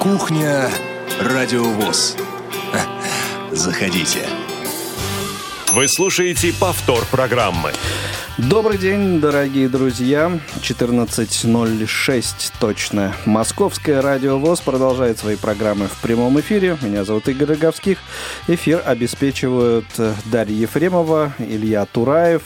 Кухня Радиовоз. Заходите. Вы слушаете повтор программы. Добрый день, дорогие друзья. 14:06 точно. Московское Радио ВОС продолжает свои программы в прямом эфире. Меня зовут Игорь Роговских. Эфир обеспечивают Дарья Ефремова, Илья Тураев.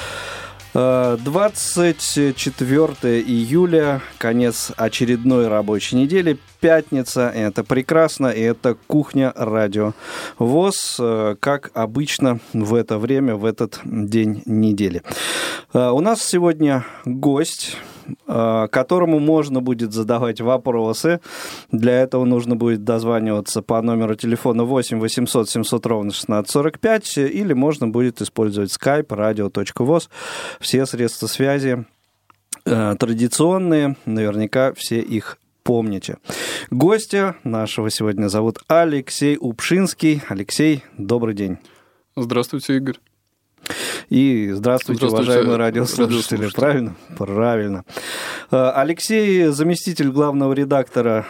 24 июля, конец очередной рабочей недели, пятница, это прекрасно, и это Кухня Радио ВОС, как обычно в это время, в этот день недели. У нас сегодня гость, которому можно будет задавать вопросы. Для этого нужно будет дозваниваться по номеру телефона 8 800 700 ровно 1645, или можно будет использовать skype radio.voz. Все средства связи традиционные, наверняка все их помните. Гостя нашего сегодня зовут Алексей Упшинский. Алексей, добрый день. Здравствуйте, Игорь. И здравствуйте, уважаемые радиослушатели. Правильно? Правильно. Алексей, заместитель главного редактора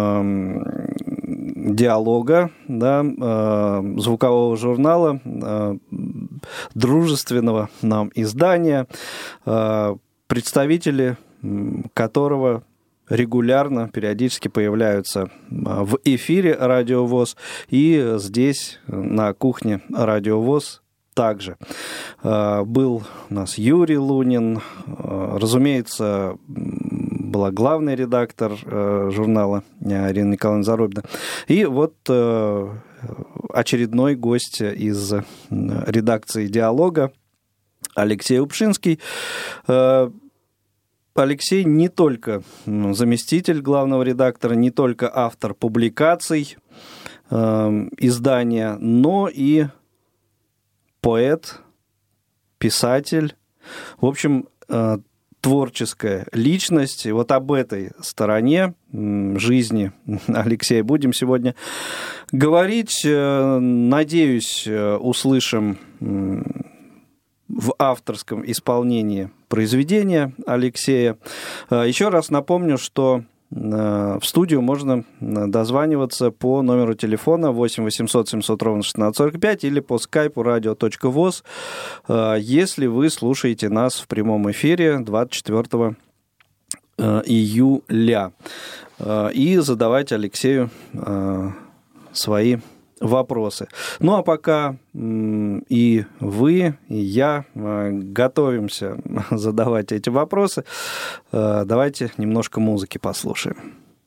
«Диалога», да, звукового журнала, дружественного нам издания, представители которого регулярно, периодически появляются в эфире Радио ВОС и здесь, на кухне Радио ВОС, также. Был у нас Юрий Лунин, разумеется, была главный редактор журнала Ирина Николаевна Заробина. И вот очередной гость из редакции «Диалога» Алексей Упшинский. Алексей не только заместитель главного редактора, не только автор публикаций издания, но и поэт, писатель, в общем, творческая личность. И вот об этой стороне жизни Алексея будем сегодня говорить. Надеюсь, услышим в авторском исполнении произведения Алексея. Еще раз напомню, что в студию можно дозваниваться по номеру телефона 8 800 700 ровно 1645 или по скайпу radio.voz, если вы слушаете нас в прямом эфире 24 июля. И задавать Алексею свои вопросы. Ну а пока и вы, и я готовимся задавать эти вопросы, давайте немножко музыки послушаем.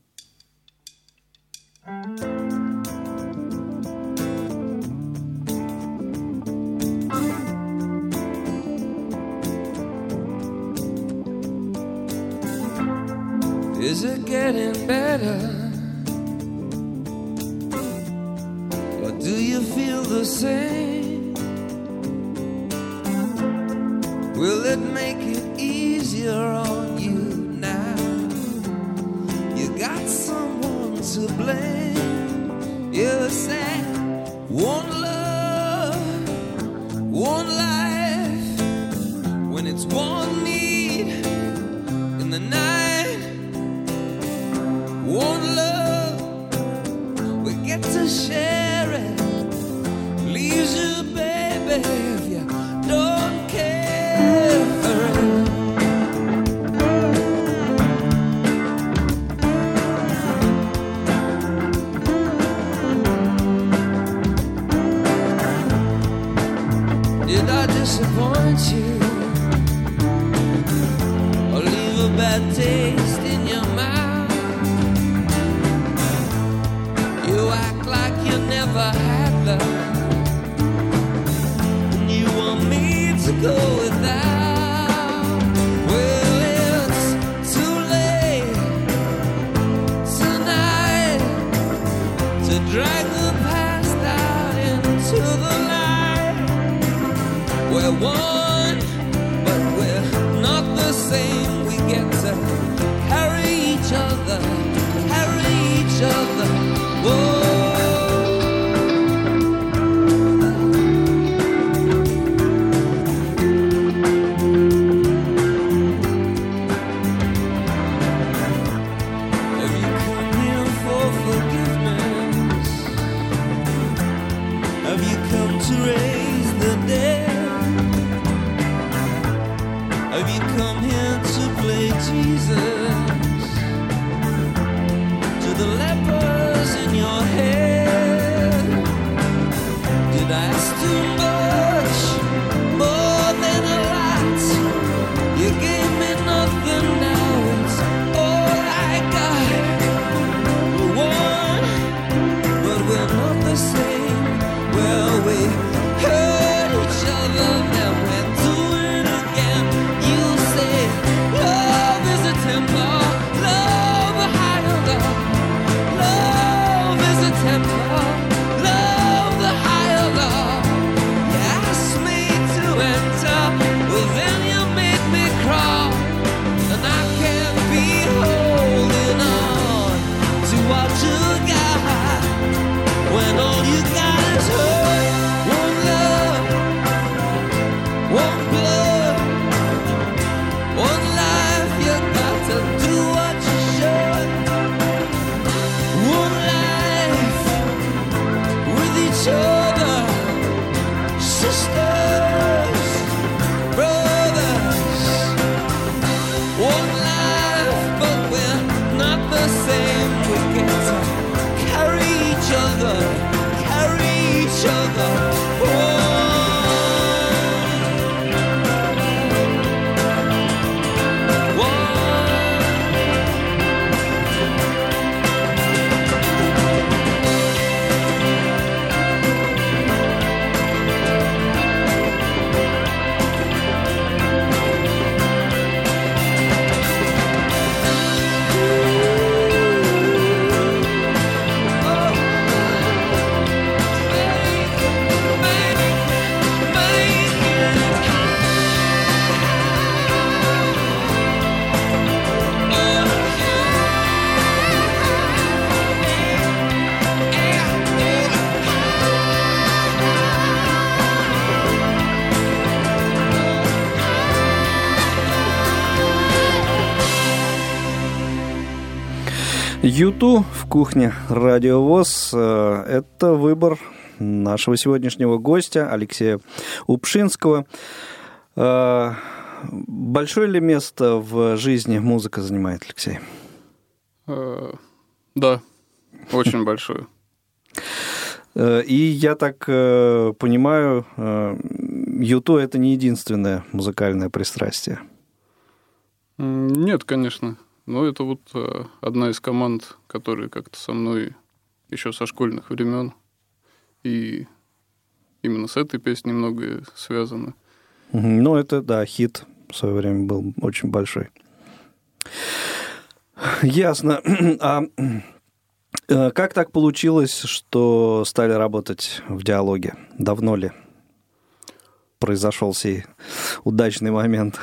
Is it getting better? Do you feel the same? Will it make it easier on you now? You got someone to blame. You said one love, one life. When it's one need in the night, one love, we get to share it. Leaves you, baby, if you don't care for it. Did I disappoint you or leave a bad taste in your mouth? You act like you never had love. To go without. Well, it's too late tonight to drag the past out into the light. We're one, but we're not the same. We get to carry each other, carry each other. Whoa. come here to play Jesus to the lepers in your head? Did I ask too much, more than a lot? You gave me nothing, now it's all I got. We're one, but we're not the same. Well, we hurt each other, then we're doing it again. You say love is a temper, love a higher love. Love is a temper, love the higher love. You asked me to enter, well then you made me crawl, and I can't be holding on to what you got when all you got is hurt. One love, one blood, one life. You got to do what you should. One life with each other, sisters, brothers. One life, but we're not the same. We get to carry each other, carry each other. U2 в кухне Радио ВОС. Это выбор нашего сегодняшнего гостя Алексея Упшинского. Большое ли место в жизни музыка занимает, Алексей? Да, очень большое. И я так понимаю, U2 это не единственное музыкальное пристрастие. Нет, конечно. Но это вот одна из команд, которая как-то со мной еще со школьных времен. И именно с этой песней многое связано. Ну, это, да, хит в свое время был очень большой. Ясно. А как так получилось, что стали работать в «Диалоге»? Давно ли произошел сей удачный момент?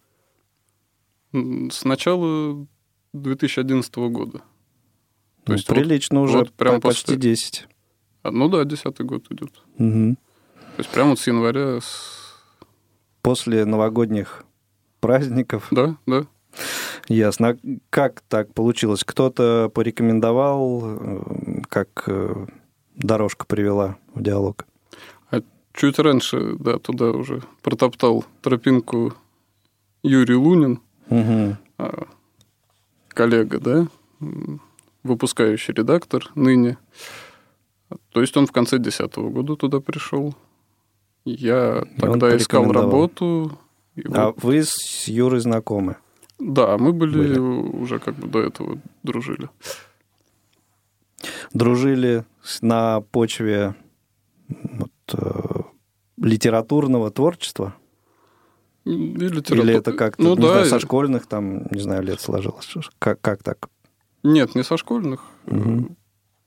С начала 2011 года. То есть прилично вот, уже, вот прям почти после... 10. Ну да, 10-й год идет. Угу. То есть прямо вот с января... После новогодних праздников? Да, да. Ясно. А как так получилось? Кто-то порекомендовал, как дорожка привела в «Диалог»? А чуть раньше, да, туда уже протоптал тропинку Юрий Лунин, угу. Коллега, да, выпускающий редактор ныне. То есть он в конце 2010 года туда пришел. Я тогда искал работу. А вот... вы с Юрой знакомы? Да, мы были уже как бы до этого дружили. Дружили на почве литературного творчества? Или это как-то со школьных, там, не знаю, лет сложилось? Как так? Нет, не со школьных. Угу.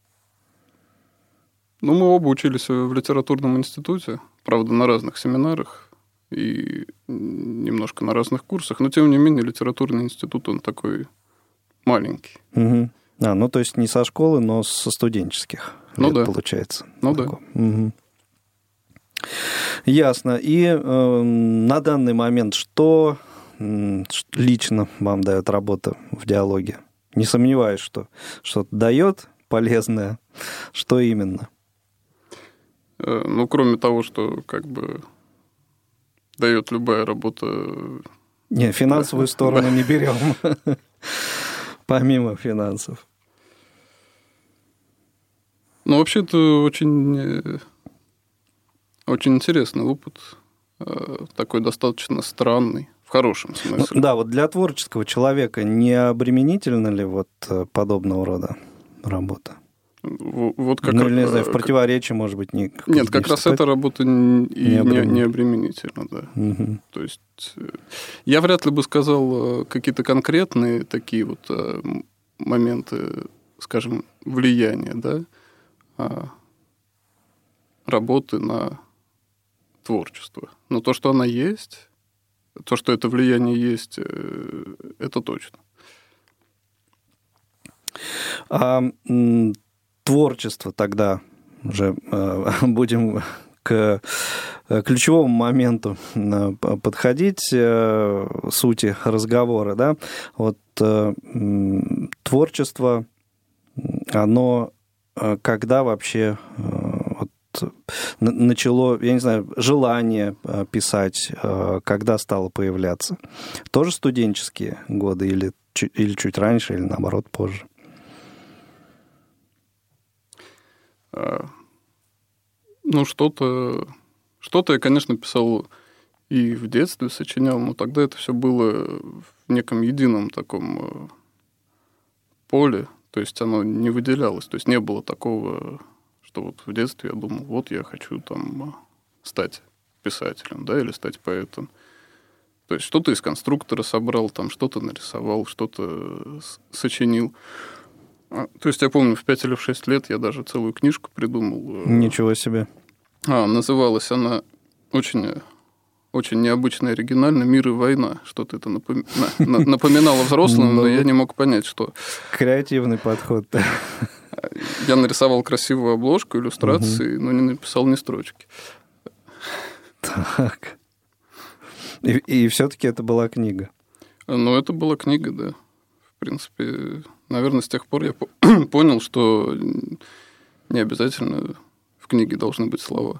Ну, мы оба учились в литературном институте, правда, на разных семинарах и немножко на разных курсах, но, тем не менее, литературный институт, он такой маленький. Угу. Ну, то есть не со школы, но со студенческих лет, да. Получается. Ну, да. Угу. Ясно. И на данный момент что лично вам дает работа в «Диалоге»? Не сомневаюсь, что что-то дает полезное. Что именно? Ну, кроме того, что как бы дает любая работа Не, финансовую сторону не берем. Помимо финансов. Ну, вообще, это очень интересный опыт. Такой достаточно странный, в хорошем смысле. Ну, да, вот для творческого человека не обременительна ли вот подобного рода работа? Вот как или, не знаю, в противоречии, может быть, не... Нет, как раз эта работа не обременительна, да. Угу. То есть я вряд ли бы сказал какие-то конкретные такие вот моменты, скажем, влияния, да, работы на творчество. Но то, что она есть, то, что это влияние есть, это точно. Творчество тогда уже будем к ключевому моменту подходить, сути разговора, да. Вот творчество, оно когда вообще вот начало, я не знаю, желание писать, когда стало появляться? Тоже студенческие годы или чуть раньше, или наоборот позже? Ну, что-то я, конечно, писал и в детстве, сочинял, но тогда это все было в неком едином таком поле, то есть оно не выделялось, то есть не было такого, что вот в детстве я думал, вот я хочу там стать писателем, да, или стать поэтом. То есть что-то из конструктора собрал, там что-то нарисовал, что-то сочинил. То есть я помню, в 5 или в 6 лет я даже целую книжку придумал. Ничего себе. Называлась она очень, очень необычно и оригинально «Мир и война». Что-то это напоминало взрослым, но я не мог понять, что... Креативный подход. Я нарисовал красивую обложку, иллюстрации, но не написал ни строчки. Так. И все-таки это была книга. Ну, это была книга, да. В принципе, наверное, с тех пор я понял, что не обязательно в книге должны быть слова.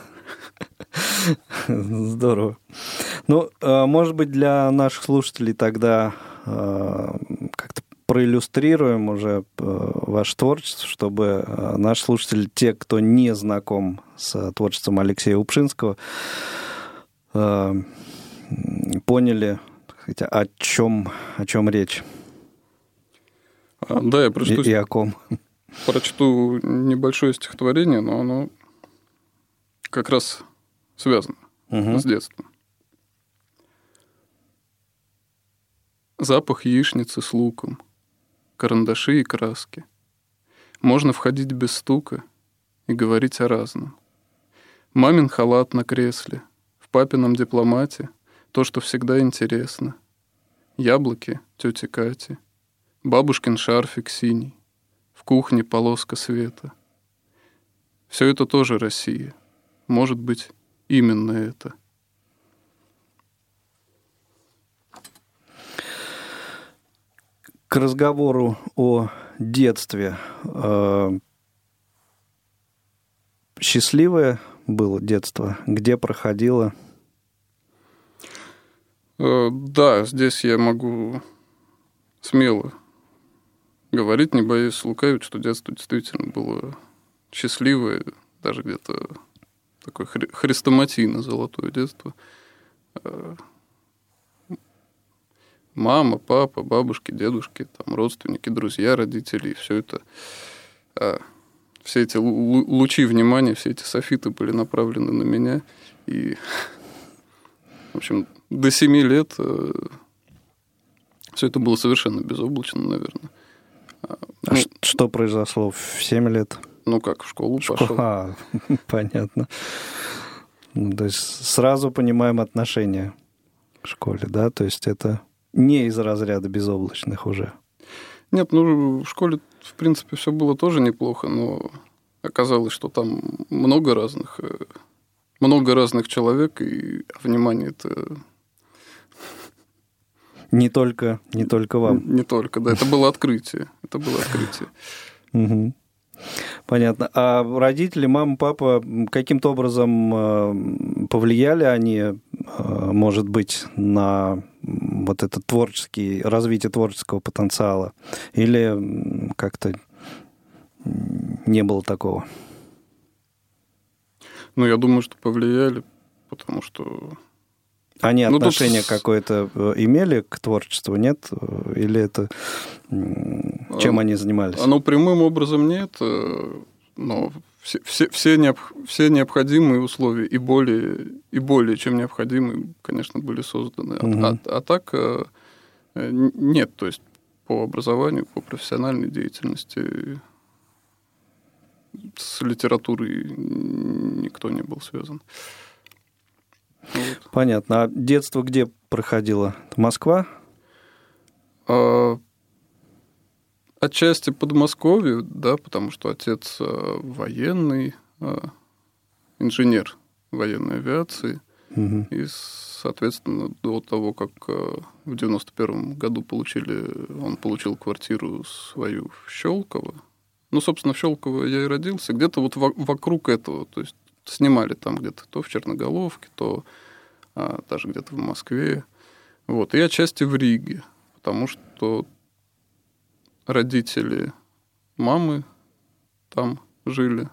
Здорово. Ну, может быть, для наших слушателей тогда как-то проиллюстрируем уже ваше творчество, чтобы наши слушатели, те, кто не знаком с творчеством Алексея Упшинского, поняли, о чем речь. Да, я прочту, и о ком. Прочту небольшое стихотворение, но оно как раз связано с детством. Запах яичницы с луком, карандаши и краски. Можно входить без стука и говорить о разном. Мамин халат на кресле, в папином дипломате то, что всегда интересно. Яблоки тети Кати, бабушкин шарфик синий, в кухне полоска света. Все это тоже Россия. Может быть, именно это. К разговору о детстве. Счастливое было детство? Где проходило? Да, здесь я могу смело говорить, не боясь лукавить, что детство действительно было счастливое, даже где-то такое хрестоматийно золотое детство. Мама, папа, бабушки, дедушки, там, родственники, друзья, родители, все это, все эти лучи внимания, все эти софиты были направлены на меня. И, в общем, до 7 лет все это было совершенно безоблачно, наверное. Что произошло в 7 лет? Ну как, в школу пошел. Понятно. То есть сразу понимаем отношение к школе, да? То есть это не из разряда безоблачных уже. Нет, ну в школе, в принципе, все было тоже неплохо, но оказалось, что там много разных человек, и внимание это... Не только вам. Не только, да. Это было открытие. Угу. Понятно. А родители, мама, папа, каким-то образом повлияли они может быть, на вот это развитие творческого потенциала? Или как-то не было такого? Ну, я думаю, что повлияли, потому что... Они отношение какое-то имели к творчеству, нет? Или это... Чем они занимались? Оно прямым образом нет, но все необходимые условия и более чем необходимые, конечно, были созданы. А так нет, то есть по образованию, по профессиональной деятельности с литературой никто не был связан. Вот. Понятно. А детство где проходило? Москва? Отчасти Подмосковье, да, потому что отец военный, инженер военной авиации. Угу. И, соответственно, до того, как в 91-м году он получил квартиру свою в Щелково. Ну, собственно, в Щелково я и родился. Где-то вот вокруг этого, то есть снимали там где-то то в Черноголовке, то даже где-то в Москве. Вот. И отчасти в Риге, потому что родители мамы там жили.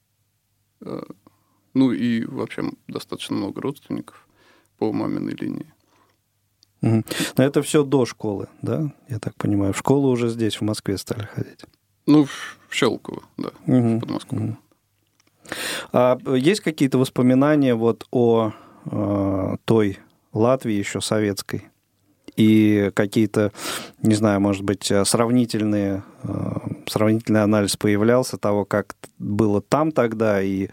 Ну и вообще достаточно много родственников по маминой линии. Угу. Но это все до школы, да? Я так понимаю. В школу уже здесь, в Москве, стали ходить? Ну, в Щелково, да, в Подмосковье. Угу. А есть какие-то воспоминания вот о той Латвии еще советской? И какие-то, не знаю, может быть, сравнительный анализ появлялся того, как было там тогда и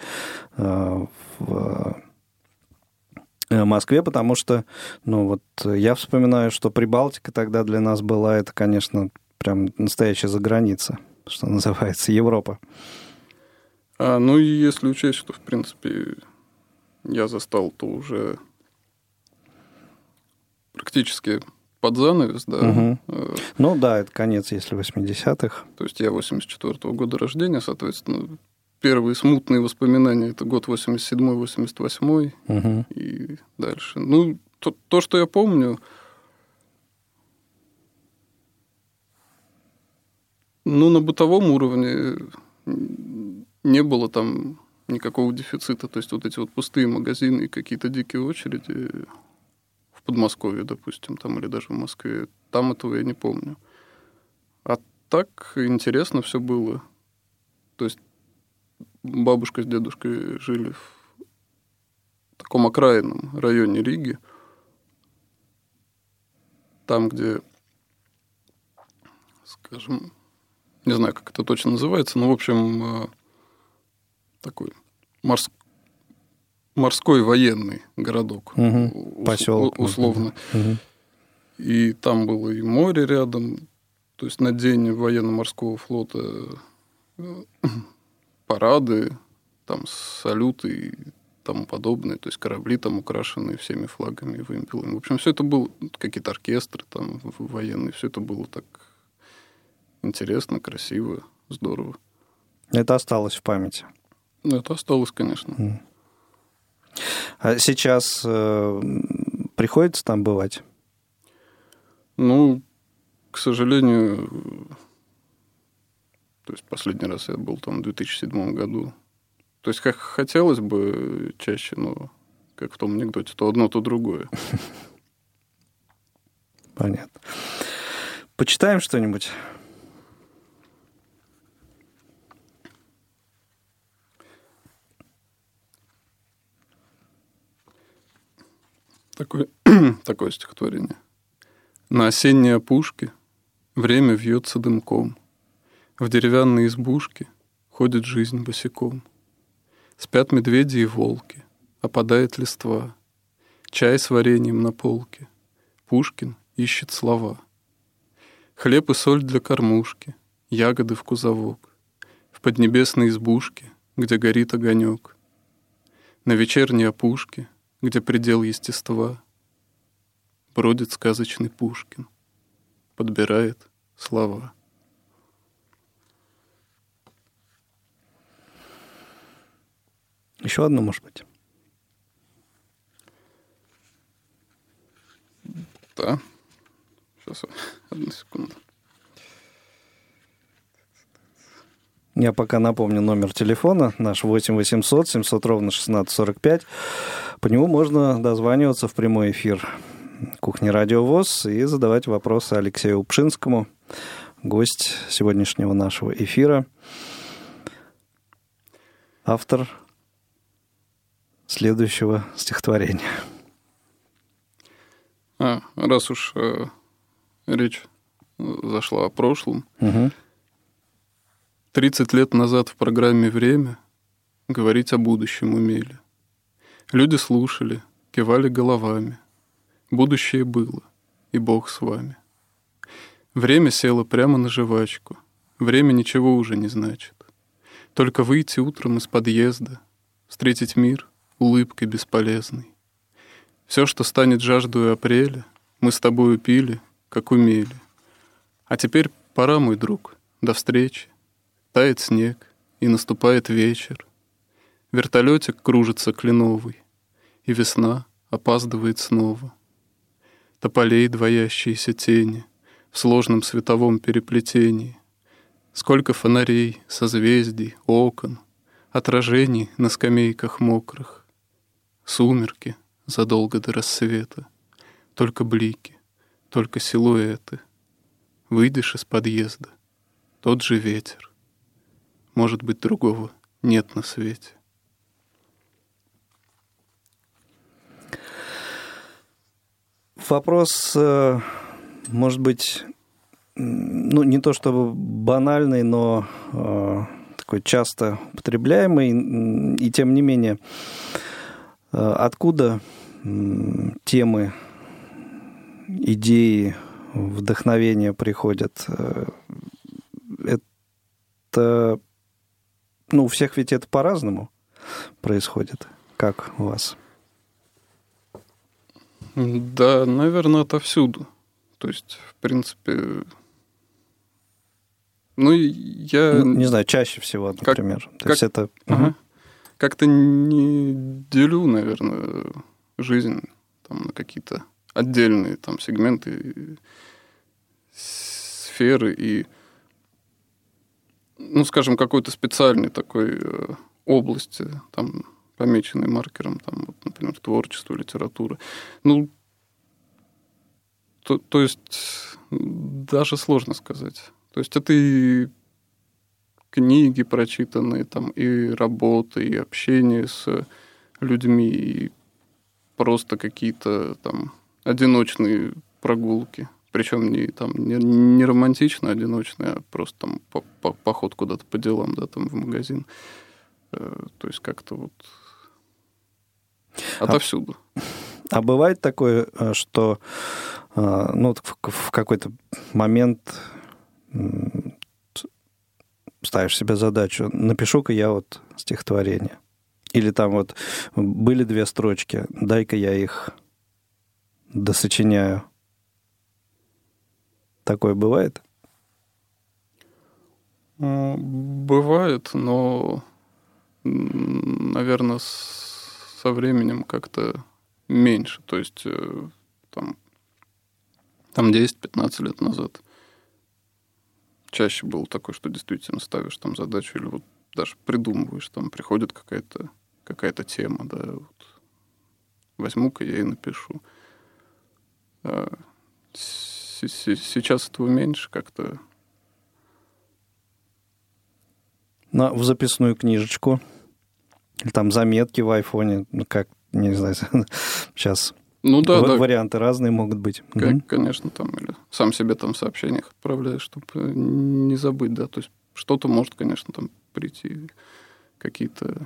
в Москве, потому что, ну вот, я вспоминаю, что Прибалтика тогда для нас была, это, конечно, прям настоящая заграница, что называется, Европа. Ну и если учесть, что, в принципе, я застал, то уже практически под занавес, да. Угу. Ну да, это конец, если 80-х. То есть я 84-го года рождения, соответственно, первые смутные воспоминания — это год 87-й, 88-й и дальше. Ну, то, что я помню, ну, на бытовом уровне не было там никакого дефицита. То есть вот эти вот пустые магазины и какие-то дикие очереди в Подмосковье, допустим, там или даже в Москве, там этого я не помню. А так интересно все было. То есть бабушка с дедушкой жили в таком окраинном районе Риги, там, где, скажем, не знаю, как это точно называется, но, в общем, такой морской военный городок, поселок, условно. И там было и море рядом, то есть на день военно-морского флота парады, там салюты и тому подобное, то есть корабли там украшенные всеми флагами и вымпелами. В общем, все это было, какие-то оркестры там военные, все это было так интересно, красиво, здорово. Это осталось в памяти? Ну, это осталось, конечно. А сейчас приходится там бывать? Ну, к сожалению, то есть последний раз я был там в 2007 году. То есть как хотелось бы чаще, но как в том анекдоте, то одно, то другое. Понятно. Почитаем что-нибудь? Такое стихотворение. На осенней опушке время вьется дымком. В деревянной избушке ходит жизнь босиком. Спят медведи и волки, опадает листва. Чай с вареньем на полке. Пушкин ищет слова. Хлеб и соль для кормушки, ягоды в кузовок. В поднебесной избушке, где горит огонек. На вечерней опушке, где предел естества, бродит сказочный Пушкин, подбирает слова. Еще одно, может быть? Да. Сейчас, одну секунду. Я пока напомню номер телефона, наш 8 800 700 ровно 1645. По нему можно дозваниваться в прямой эфир «Кухни Радио ВОС» и задавать вопросы Алексею Упшинскому, гость сегодняшнего нашего эфира, автор следующего стихотворения. Раз уж речь зашла о прошлом, 30 лет назад в программе «Время» говорить о будущем умели. Люди слушали, кивали головами. Будущее было, и Бог с вами. Время село прямо на жвачку. Время ничего уже не значит. Только выйти утром из подъезда, встретить мир улыбкой бесполезной. Все, что станет жаждою апреля, мы с тобою пили, как умели. А теперь пора, мой друг, до встречи. Тает снег, и наступает вечер. Вертолетик кружится кленовый, и весна опаздывает снова. Тополей двоящиеся тени в сложном световом переплетении. Сколько фонарей, созвездий, окон, отражений на скамейках мокрых. Сумерки задолго до рассвета, только блики, только силуэты. Выйдешь из подъезда, тот же ветер. Может быть, другого нет на свете. Вопрос, может быть, ну, не то чтобы банальный, но такой часто употребляемый, и тем не менее, откуда темы, идеи, вдохновения приходят? Это, ну, у всех ведь это по-разному происходит. Как у вас? Да, наверное, отовсюду. То есть, в принципе... Ну, я... Не знаю, чаще всего, например. То есть это... Как-то не делю, наверное, жизнь там, на какие-то отдельные там, сегменты, сферы и, ну, скажем, какой-то специальной такой области, там, помеченной маркером, там, вот, например, творчество, литература. Ну, то есть даже сложно сказать. То есть это и книги прочитанные, там, и работа, и общение с людьми, и просто какие-то там одиночные прогулки. Причем не романтично одиночные, а просто там поход куда-то по делам, да, там в магазин. То есть как-то вот отовсюду. А бывает такое, что ну, в какой-то момент ставишь себе задачу, напишу-ка я вот стихотворение. Или там вот были 2 строчки, дай-ка я их досочиняю. Такое бывает? Бывает, но, наверное, со временем как-то меньше. То есть там 10-15 лет назад чаще было такое, что действительно ставишь там задачу или вот даже придумываешь, там приходит какая-то тема, да, вот возьму-ка я и напишу. Сейчас этого меньше как-то. В записную книжечку или там заметки в айфоне, ну как, не знаю, сейчас Ну да, варианты разные могут быть. Конечно, там или сам себе там в сообщениях отправляешь, чтобы не забыть, да, то есть что-то может, конечно, там прийти, какие-то...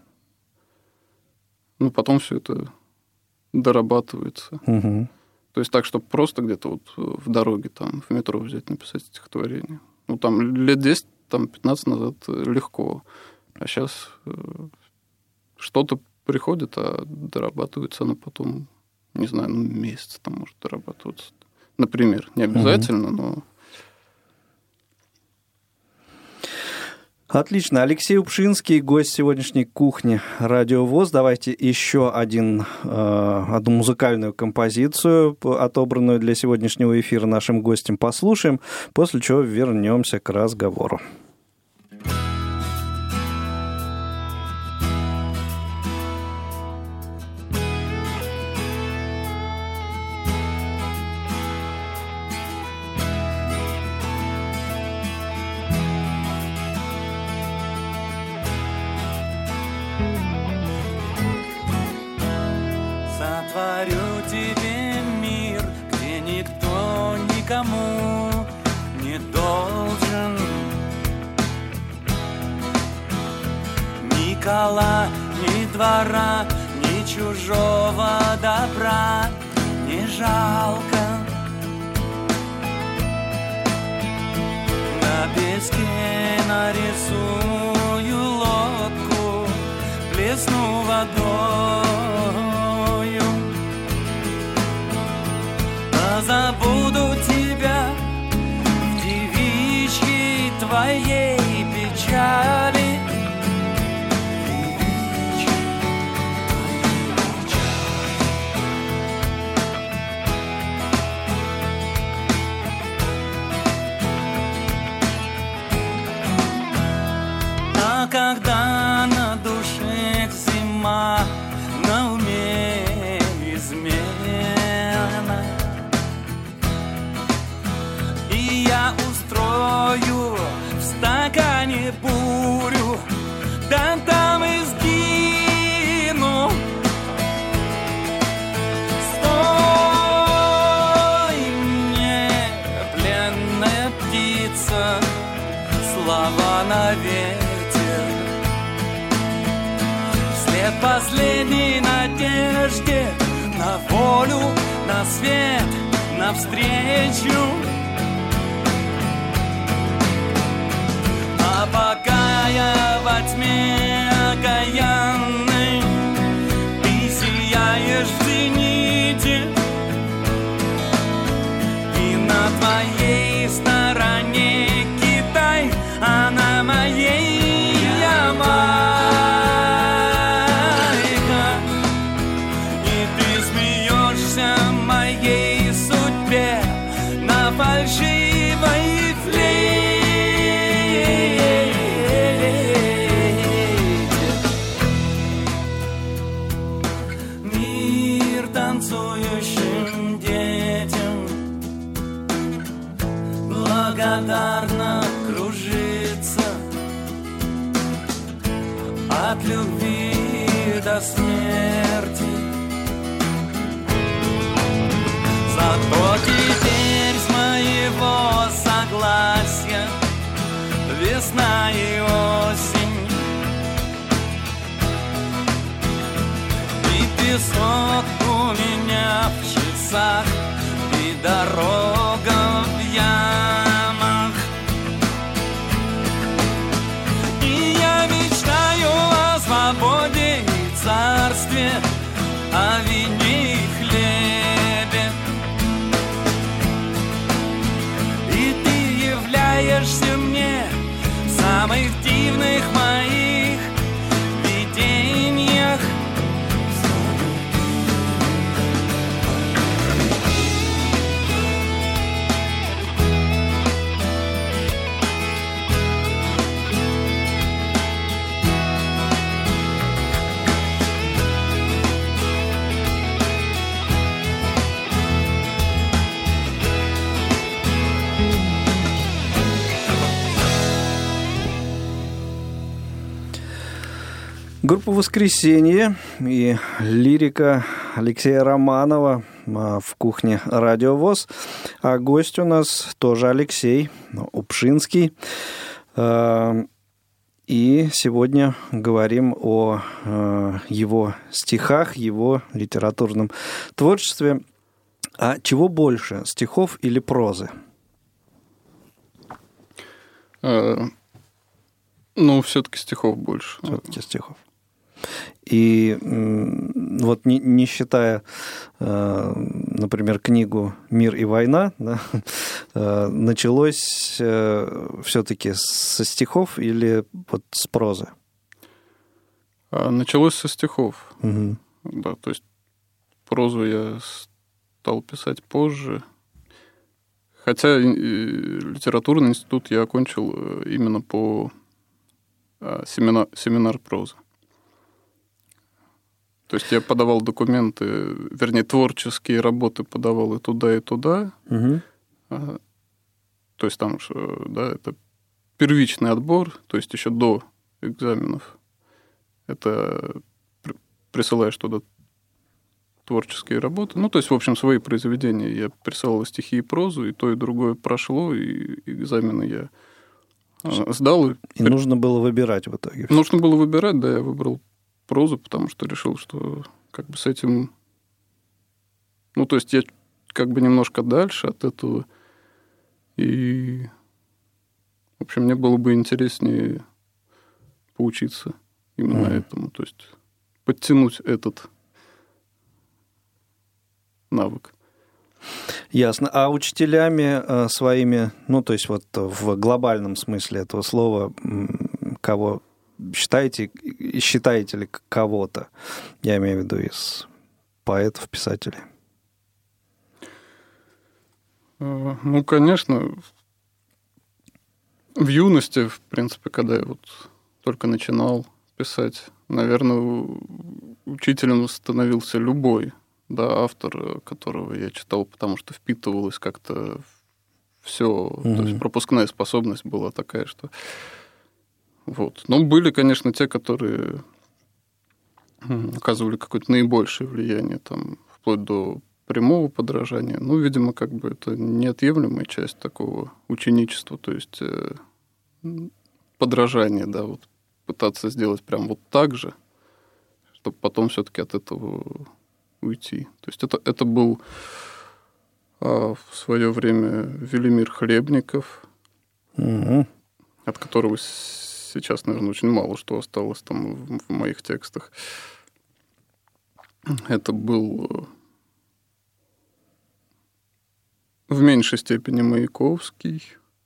Ну, потом все это дорабатывается. То есть так, чтобы просто где-то вот в дороге, там, в метро взять, написать стихотворение. Ну, там, лет 10, там, 15 назад легко. А сейчас что-то приходит, а дорабатывается оно потом, не знаю, ну, месяц там может дорабатываться. Например, не обязательно, но... Отлично. Алексей Упшинский, гость сегодняшней кухни Радио ВОС. Давайте еще одну музыкальную композицию, отобранную для сегодняшнего эфира, нашим гостям послушаем, после чего вернемся к разговору. Сотворю тебе мир, где никто никому не должен. Ни кола, ни двора, ни чужого добра не жалко. На песке нарисую лодку, плесну водою. Забуду тебя в девичьей твоей печали. А когда на душе зима, на уме измена, я устрою в стакане бурю, да там и сгину. Стой мне, пленная птица, слова на ветер, вслед последней надежде на волю, на свет, навстречу. А пока я во тьме окаянной, ты сияешь в зените, и на твоей стороне Китай, а на моей Ямайка. И ты смеешься моей судьбе на фальшивой флейте. Танцующим детям благодарно кружится от любви до смерти. Зато теперь с моего согласия весна и осень, и песок у меня в часах, и дорога в ямах. И я мечтаю о свободе и царстве, о вине и хлебе. И ты являешься мне в самых дивных моих видениях. Группа «Воскресенье» и лирика Алексея Романова в кухне Радио ВОС. А гость у нас тоже Алексей Упшинский. И сегодня говорим о его стихах, его литературном творчестве. А чего больше, стихов или прозы? Ну, все-таки стихов больше. Все-таки стихов. И вот не считая, например, книгу «Мир и война», да, началось все-таки со стихов или вот с прозы? Началось со стихов. Угу. Да, то есть прозу я стал писать позже. Хотя литературный институт я окончил именно по семинар прозы. То есть я подавал документы, вернее, творческие работы подавал и туда, и туда. Угу. То есть там, да, это первичный отбор, то есть еще до экзаменов. Это присылаешь туда творческие работы. Ну, то есть, в общем, свои произведения. Я присылал стихи и прозу, и то, и другое прошло, и экзамены я сдал. И нужно было выбирать в итоге. Нужно было выбирать, да, я выбрал прозу, потому что решил, что как бы с этим... Ну, то есть я как бы немножко дальше от этого. И, в общем, мне было бы интереснее поучиться именно этому. То есть подтянуть этот навык. Ясно. А учителями своими, ну, то есть вот в глобальном смысле этого слова, кого считаете ли кого-то, я имею в виду из поэтов, писателей? Ну, конечно, в юности, в принципе, когда я вот только начинал писать, наверное, учителем становился любой, да, автор, которого я читал, потому что впитывалось как-то все, то есть пропускная способность была такая, что вот. Но были, конечно, те, которые оказывали какое-то наибольшее влияние, там, вплоть до прямого подражания. Ну, видимо, как бы это неотъемлемая часть такого ученичества, то есть подражание, да, вот пытаться сделать прям вот так же, чтобы потом все-таки от этого уйти. То есть это был в свое время Велимир Хлебников, от которого сейчас, наверное, очень мало что осталось там в моих текстах. Это был в меньшей степени Маяковский,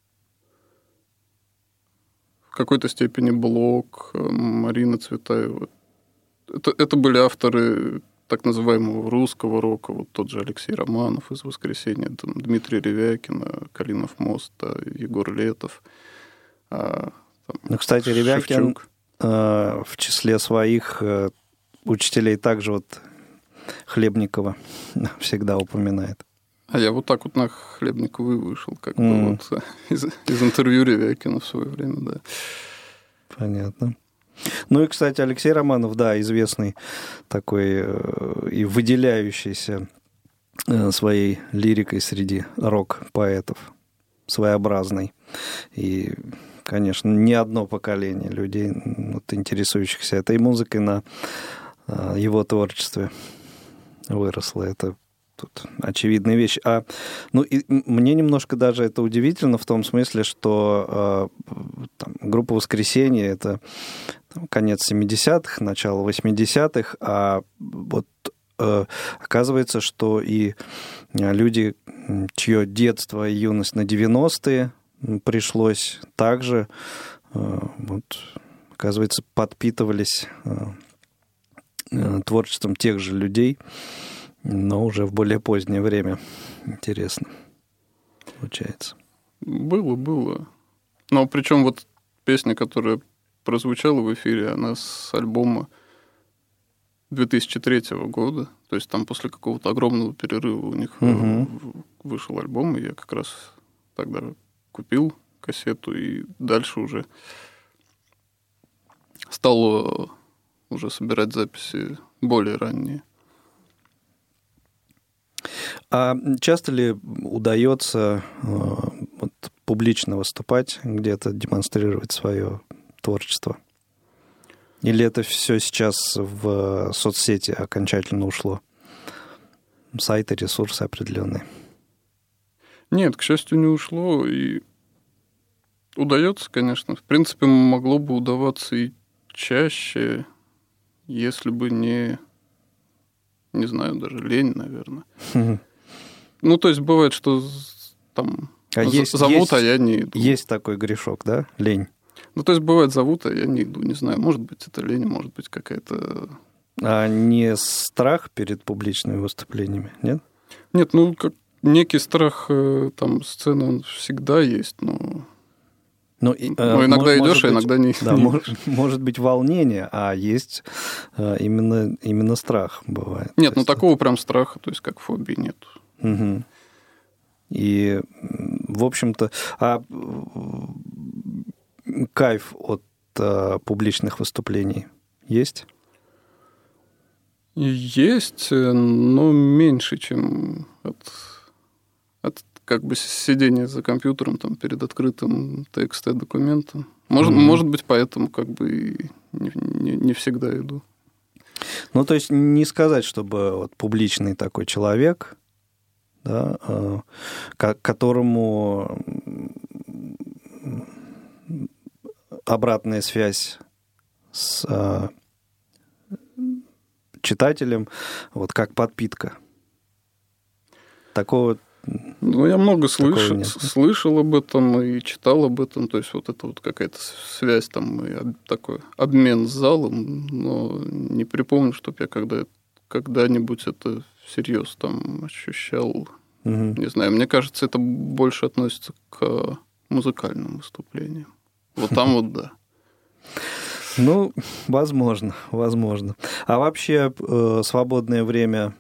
в какой-то степени Блок, Марина Цветаева. Это были авторы так называемого русского рока, вот тот же Алексей Романов из «Воскресенья», там, Дмитрий Ревякин, Калинов мост, Егор Летов. Ну, кстати, Ревякин в числе своих учителей также вот Хлебникова всегда упоминает. А я вот так вот на Хлебникова и вышел, как бы вот из интервью Ревякина в свое время, да. Понятно. Ну и, кстати, Алексей Романов, да, известный такой и выделяющийся своей лирикой среди рок-поэтов, своеобразный. И, конечно, не одно поколение людей, вот, интересующихся этой музыкой, на его творчестве выросло. Это тут очевидная вещь. Ну, и мне немножко даже это удивительно в том смысле, что там, группа «Воскресенье» — это конец 70-х, начало 80-х, а вот оказывается, что и люди, чье детство и юность на 90-е пришлось также, вот, оказывается, подпитывались творчеством тех же людей, но уже в более позднее время. Интересно получается. Было. Но причем вот песня, которая прозвучала в эфире, она с альбома 2003 года. То есть там после какого-то огромного перерыва у них вышел альбом, и я как раз тогда купил кассету, и дальше уже стал уже собирать записи более ранние. А часто ли удается вот, публично выступать, где-то демонстрировать свое творчество? Или это все сейчас в соцсети окончательно ушло? Сайты, ресурсы определенные? Нет, к счастью, не ушло. И удается, конечно. В принципе, могло бы удаваться и чаще. если бы не знаю, даже лень, наверное. Ну, то есть бывает, что там зовут, а я не иду. Есть такой грешок, да? Лень. Ну, то есть бывает, зовут, а я не иду. Не знаю, может быть, это лень, может быть, какая-то... А не страх перед публичными выступлениями, нет? Нет, ну, как некий страх там сцены, он всегда есть, но... Ну, иногда идешь, а иногда не. Да, может быть волнение, а есть именно страх бывает. Нет, ну такого прям страха, то есть как фобии нет. Угу. И, в общем-то, кайф от публичных выступлений есть? Есть, но меньше, чем от как бы сидения за компьютером там, перед открытым TXT-документом. Может быть, поэтому как бы и не всегда иду. Ну, то есть не сказать, чтобы вот публичный такой человек, да, которому обратная связь с читателем, вот как подпитка. Такого... Ну, я много слышал об этом и читал об этом. То есть вот это вот какая-то связь там и такой обмен с залом, но не припомню, чтобы я когда-нибудь это всерьез там ощущал. Не знаю, мне кажется, это больше относится к музыкальным выступлениям. Вот там вот да. Ну, возможно. А вообще свободное время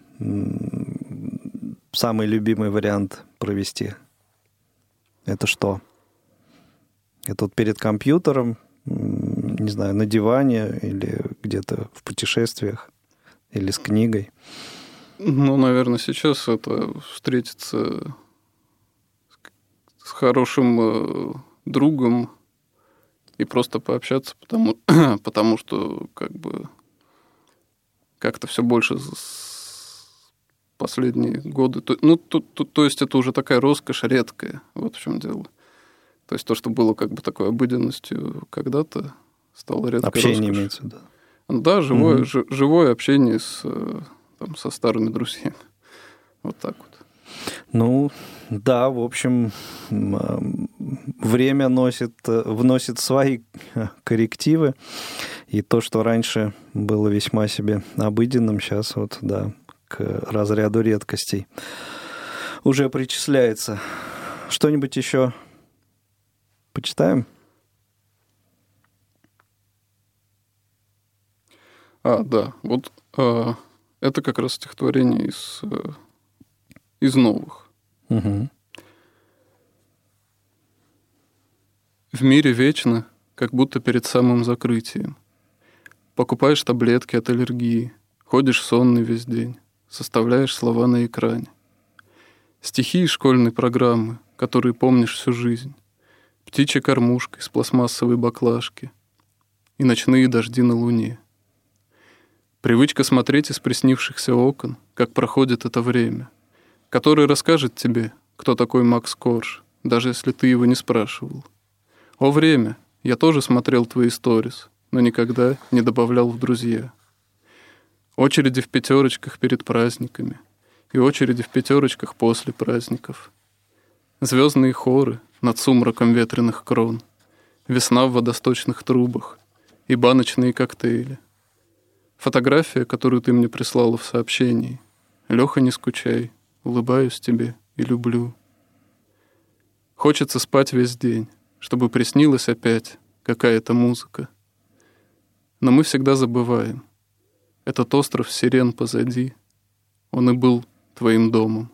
самый любимый вариант провести? Это что? Это вот перед компьютером, не знаю, на диване или где-то в путешествиях, или с книгой? Ну, наверное, сейчас это встретиться с хорошим другом и просто пообщаться, потому что как бы как-то все больше последние годы. То есть это уже такая роскошь редкая. Вот в чем дело. То есть то, что было как бы такой обыденностью когда-то, стало редкой общение роскошью. имеется, да? Да, живое общение со старыми друзьями. Вот так вот. Ну, да, в общем, время вносит свои коррективы. И то, что раньше было весьма себе обыденным, сейчас вот, да, к разряду редкостей уже причисляется. Что-нибудь еще почитаем? Да. Вот это как раз стихотворение из новых. Угу. В мире вечно, как будто перед самым закрытием. Покупаешь таблетки от аллергии, ходишь сонный весь день, составляешь слова на экране. Стихи из школьной программы, которые помнишь всю жизнь. Птичья кормушка из пластмассовой баклажки и ночные дожди на луне. Привычка смотреть из приснившихся окон, как проходит это время, которое расскажет тебе, кто такой Макс Корж, даже если ты его не спрашивал. О, время! Я тоже смотрел твои сторис, но никогда не добавлял в друзья. Очереди в пятерочках перед праздниками и очереди в пятерочках после праздников. Звездные хоры над сумраком ветреных крон, весна в водосточных трубах и баночные коктейли. Фотография, которую ты мне прислала в сообщении. Лёха, не скучай, улыбаюсь тебе и люблю. Хочется спать весь день, чтобы приснилась опять какая-то музыка. Но мы всегда забываем. Этот остров сирен позади, он и был твоим домом.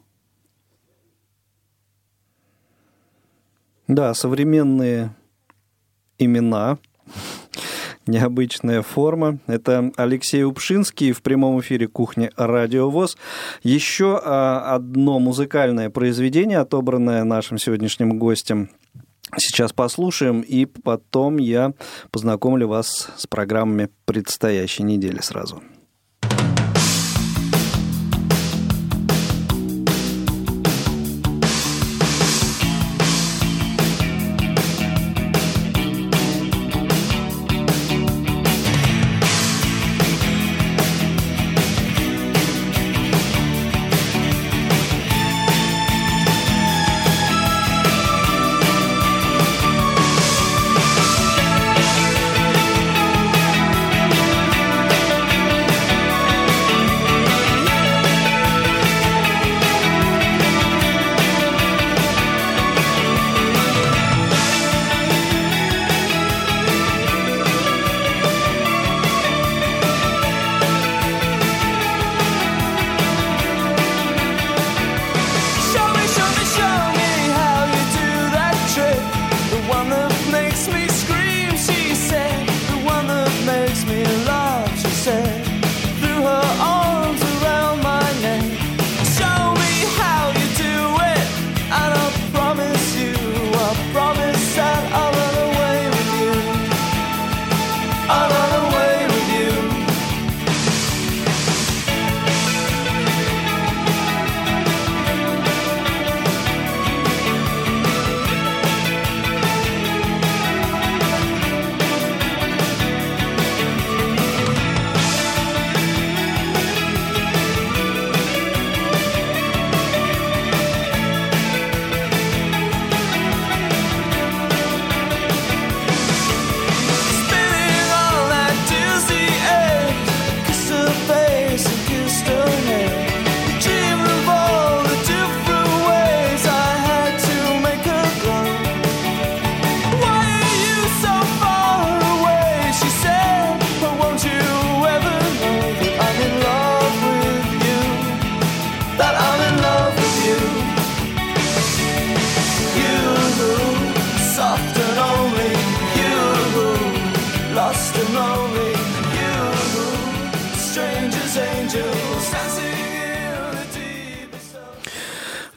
Да, современные имена, необычная форма. Это Алексей Упшинский в прямом эфире «Кухня Радио ВОС». Еще одно музыкальное произведение, отобранное нашим сегодняшним гостем, сейчас послушаем, и потом я познакомлю вас с программами предстоящей недели сразу.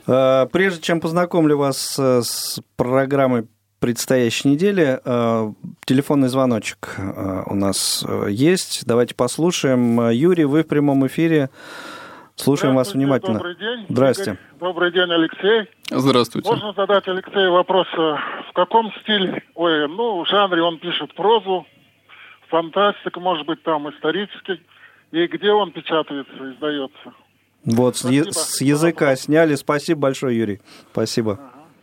Прежде чем познакомлю вас с программой предстоящей недели, телефонный звоночек у нас есть. Давайте послушаем. Юрий, вы в прямом эфире. Слушаем вас внимательно. Добрый день. Здрасте. Игорь. Добрый день, Алексей. Здравствуйте. Можно задать Алексею вопрос, в каком стиле, в жанре он пишет прозу, фантастика, может быть, там исторический, и где он печатается, издается? Вот, Спасибо. с языка сняли. Спасибо большое, Юрий. Спасибо.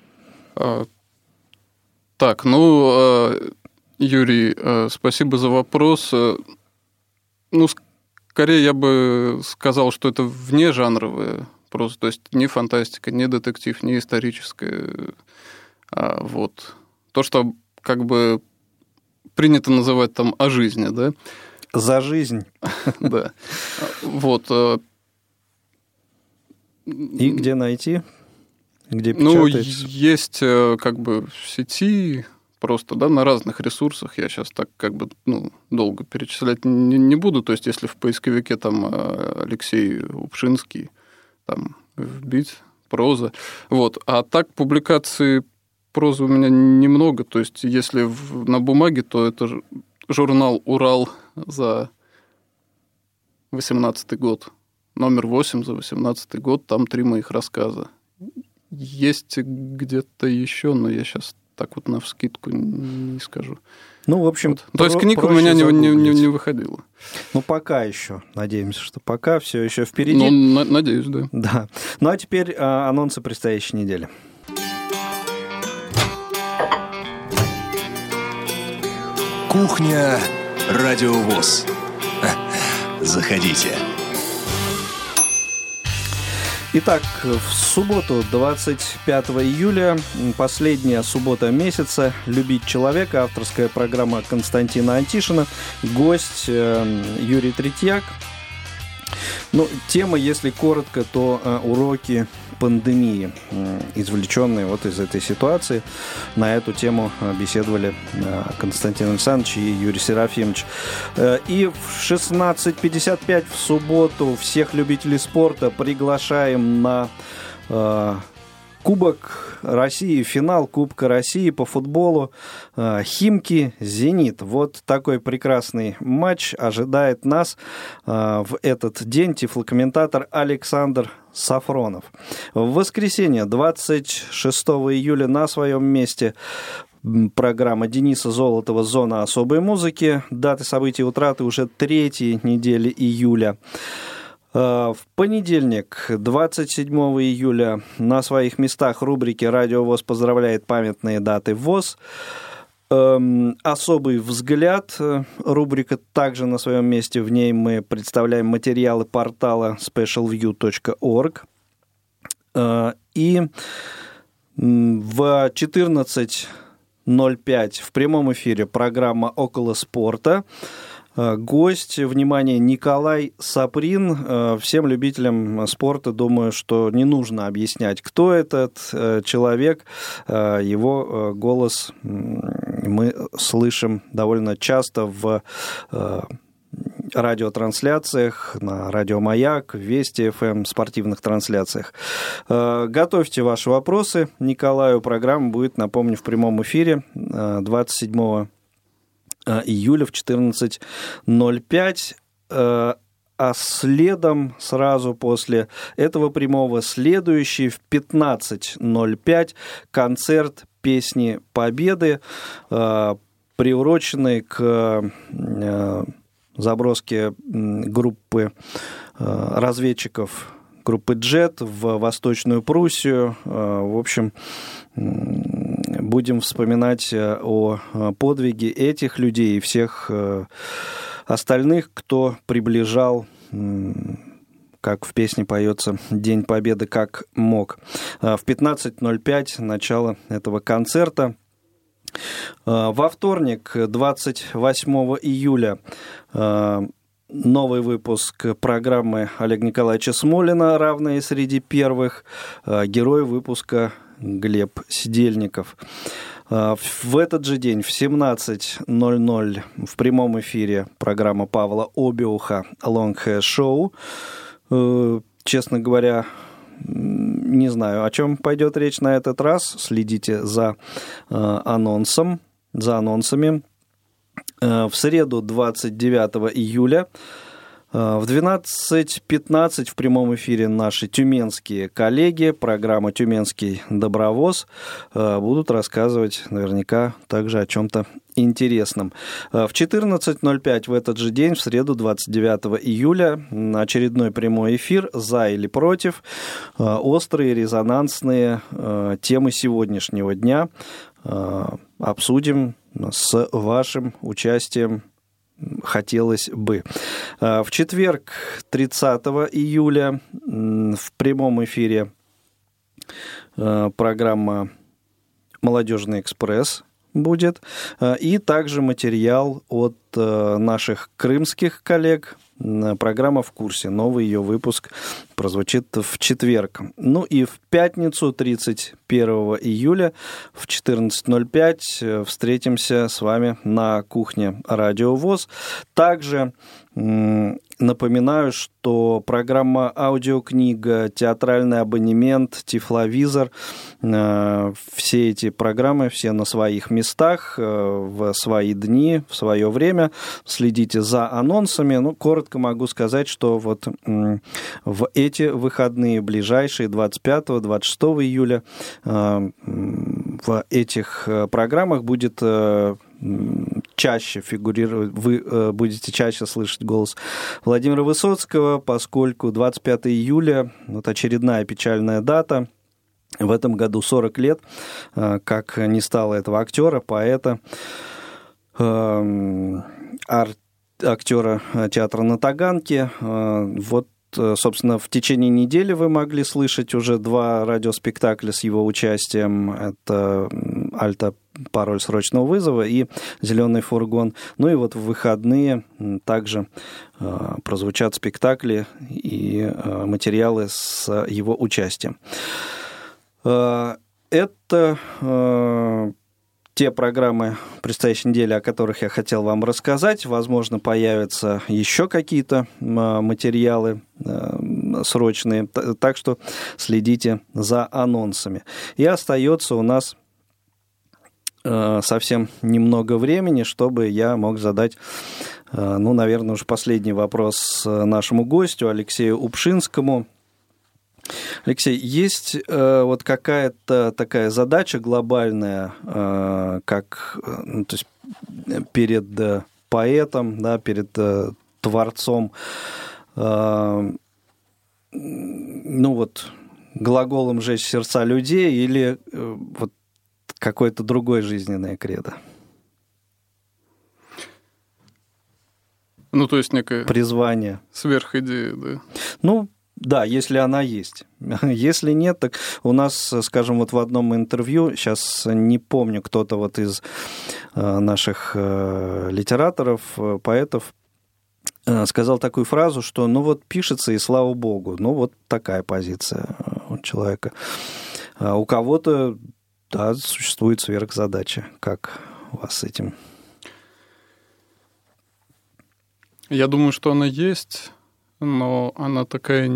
Так, Юрий, спасибо за вопрос. Скорее я бы сказал, что это внежанровая проза, то есть не фантастика, не детектив, не историческая. Вот. То, что как бы принято называть там о жизни, да? За жизнь. Да. Вот. И где найти? Где печатается? Есть как бы в сети просто, да, на разных ресурсах. Я сейчас так как бы долго перечислять не буду. То есть, если в поисковике там Алексей Упшинский, там вбить проза. Вот. А так публикации прозы у меня немного. То есть, если на бумаге, то это журнал «Урал» за 18-й год. Номер 8 за 18-й год. Там 3 моих рассказа. Есть где-то еще, но я сейчас так вот навскидку не скажу. В общем, вот. То есть книга у меня не выходила. Пока еще. Надеемся, что пока все еще впереди. Надеюсь, да. Да. А теперь анонсы предстоящей недели. Кухня Радио ВОС. Заходите. Итак, в субботу, 25 июля, последняя суббота месяца, «Любить человека», авторская программа Константина Антишина, гость Юрий Третьяк. Тема, если коротко, то уроки пандемии, извлеченные вот из этой ситуации. На эту тему беседовали Константин Александрович и Юрий Серафимович. И в 16:55 в субботу всех любителей спорта приглашаем на Кубок России, финал Кубка России по футболу. Химки, Зенит. Вот такой прекрасный матч ожидает нас в этот день. Тифлокомментатор Александр Сафронов. В воскресенье, 26 июля, на своем месте программа Дениса Золотова «Зона особой музыки». Даты событий утраты уже 3-й недели июля. В понедельник, 27 июля, на своих местах рубрики «Радио ВОС поздравляет памятные даты ВОС». «Особый взгляд» рубрика также на своем месте. В ней мы представляем материалы портала specialview.org. И в 14:05 в прямом эфире программа «Около спорта». Гость, внимание, Николай Саприн. Всем любителям спорта, думаю, что не нужно объяснять, кто этот человек. Его голос мы слышим довольно часто в радиотрансляциях, на Радио Маяк, Вести ФМ, спортивных трансляциях. Готовьте ваши вопросы Николаю. Программа будет, напомню, в прямом эфире 27 июля в 14:05, а следом сразу после этого прямого следующий в 15:05 концерт «Песни Победы», приуроченный к заброске группы разведчиков группы «Джет» в Восточную Пруссию. В общем, будем вспоминать о подвиге этих людей и всех остальных, кто приближал, как в песне поется, День Победы как мог. В 15:05 начало этого концерта. Во вторник, 28 июля, новый выпуск программы Олега Николаевича Смолина «Равные среди первых». Герой выпуска Глеб Сидельников. В этот же день в 17:00 в прямом эфире программа Павла Обиуха «Long Hair Show». Честно говоря, Не знаю, о чем пойдет речь на этот раз. Следите за анонсами. В среду, 29 июля, в 12:15 в прямом эфире наши тюменские коллеги, программа «Тюменский добровоз», будут рассказывать наверняка также о чем-то интересном. В 14:05 в этот же день, в среду, 29 июля, очередной прямой эфир «За или против». Острые, резонансные темы сегодняшнего дня обсудим с вашим участием. Хотелось бы. В четверг, 30 июля, в прямом эфире программа «Молодежный экспресс» будет, и также материал от наших крымских коллег. Программа «В курсе». Новый ее выпуск прозвучит в четверг. Ну и в пятницу, 31 июля в 14:05 встретимся с вами на кухне Радио ВОС. Также напоминаю, что программа «Аудиокнига», «Театральный абонемент», «Тифловизор», все эти программы, все на своих местах, в свои дни, в свое время. Следите за анонсами. Ну, коротко могу сказать, что вот в эти выходные, ближайшие, 25-26 июля, в этих программах будет чаще фигурировать, вы будете чаще слышать голос Владимира Высоцкого, поскольку 25 июля, вот очередная печальная дата, в этом году 40 лет, как не стало этого актера, поэта, актера театра на Таганке. Вот, собственно, в течение недели вы могли слышать уже 2 радиоспектакля с его участием. Это «Альта. Пароль срочного вызова» и «Зеленый фургон». Ну и вот в выходные также прозвучат спектакли и материалы с его участием. Это те программы предстоящей недели, о которых я хотел вам рассказать. Возможно, появятся еще какие-то материалы срочные, так что следите за анонсами. И остается у нас совсем немного времени, чтобы я мог задать, ну, наверное, уже последний вопрос нашему гостю Алексею Упшинскому. Алексей, есть вот какая-то такая задача глобальная, как, ну, то есть перед поэтом, да, перед творцом, ну вот глаголом «жечь сердца людей» или вот какое-то другое жизненное кредо? Ну, то есть некое призвание. Сверхидея, да? Ну, да, если она есть. Если нет, так у нас, скажем, вот в одном интервью, сейчас не помню, кто-то вот из наших литераторов, поэтов, сказал такую фразу, что ну вот пишется и слава богу. Ну вот такая позиция у человека. А у кого-то, да, существует сверхзадача. Как у вас с этим? Я думаю, что она есть, но она такая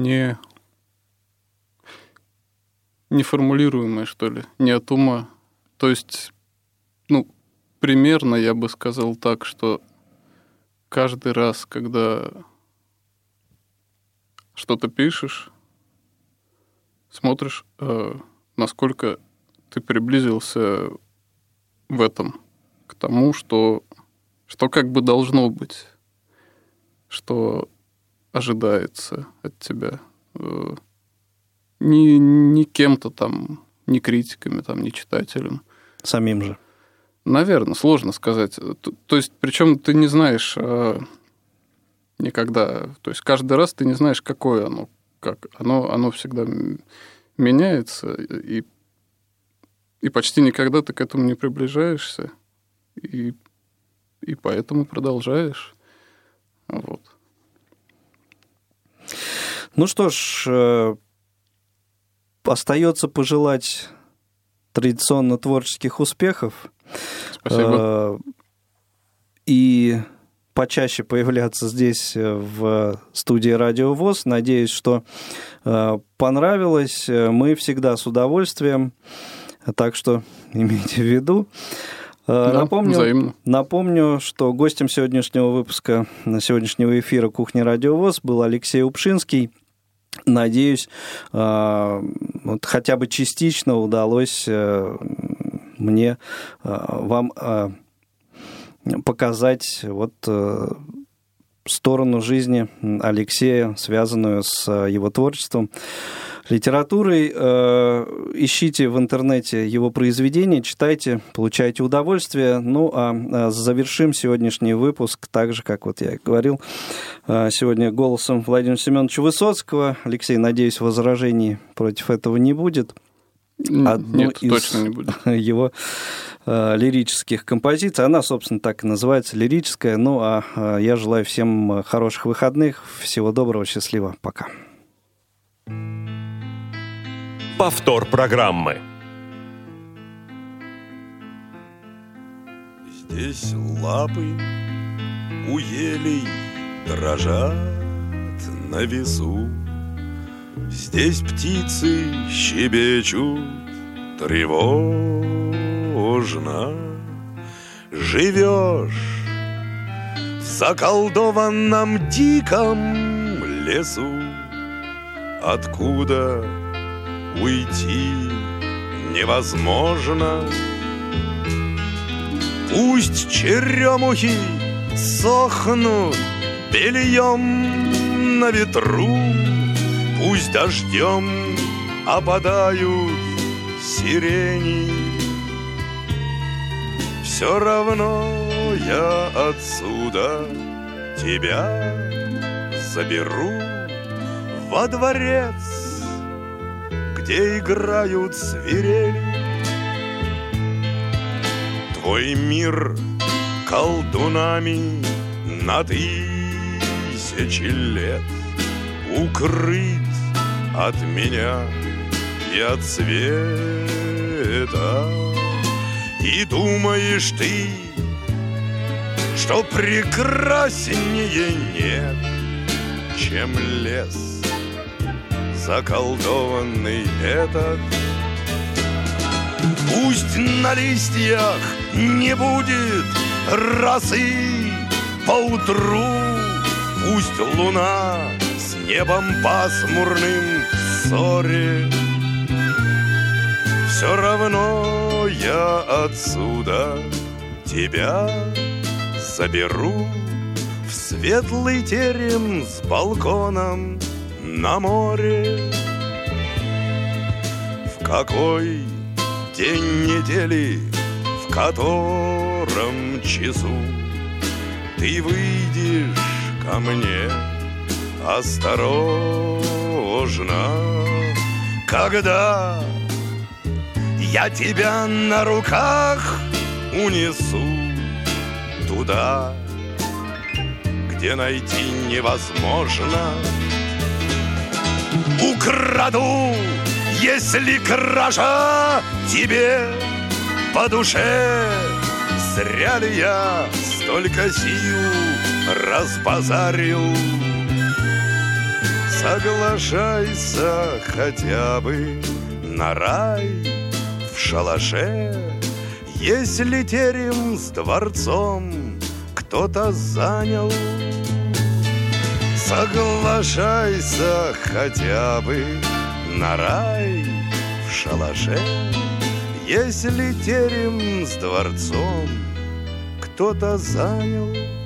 неформулируемая, что ли, не от ума. То есть, ну, примерно я бы сказал так, что каждый раз, когда что-то пишешь, смотришь, насколько ты приблизился в этом к тому, что как бы должно быть, что ожидается от тебя. Не кем-то там, не критиками, там, не читателем. Самим же. Наверное, сложно сказать. То есть, причем ты не знаешь никогда. То есть, каждый раз ты не знаешь, какое оно. Как оно всегда меняется, и почти никогда ты к этому не приближаешься, и поэтому продолжаешь. Вот. Ну что ж, остается пожелать традиционно творческих успехов. Спасибо. И почаще появляться здесь, в студии Радио ВОС. Надеюсь, что понравилось. Мы всегда с удовольствием. Так что имейте в виду. Да, напомню, что гостем сегодняшнего выпуска, сегодняшнего эфира «Кухни Радио ВОС» был Алексей Упшинский. Надеюсь, вот хотя бы частично удалось мне вам показать вот сторону жизни Алексея, связанную с его творчеством, литературой. Ищите в интернете его произведения, читайте, получайте удовольствие. Ну, а завершим сегодняшний выпуск так же, как вот я и говорил, сегодня голосом Владимира Семеновича Высоцкого. Алексей, надеюсь, возражений против этого не будет. Нет, точно не будет. Его лирических композиций. Она, собственно, так и называется, лирическая. Ну, а я желаю всем хороших выходных. Всего доброго, счастливо. Пока. Повтор программы. Здесь лапы у елей дрожат на весу. Здесь птицы щебечут тревожно. Живешь в заколдованном диком лесу, откуда уйти невозможно. Пусть черемухи сохнут бельем на ветру, пусть дождем опадают сирени, все равно я отсюда тебя заберу во дворец, где играют свирели. Твой мир колдунами на тысячи лет укрыт от меня и от света. И думаешь ты, что прекраснее нет, чем лес заколдованный этот. Пусть на листьях не будет росы поутру, пусть луна с небом пасмурным в ссоре, все равно я отсюда тебя заберу в светлый терем с балконом на море. В какой день недели, в котором часу ты выйдешь ко мне осторожно, когда я тебя на руках унесу туда, где найти невозможно. Украду, если кража тебе по душе. Зря ли я столько сил разбазарил? Соглашайся хотя бы на рай в шалаше, если терем с дворцом кто-то занял. Соглашайся хотя бы на рай в шалаше, если терем с дворцом кто-то занял.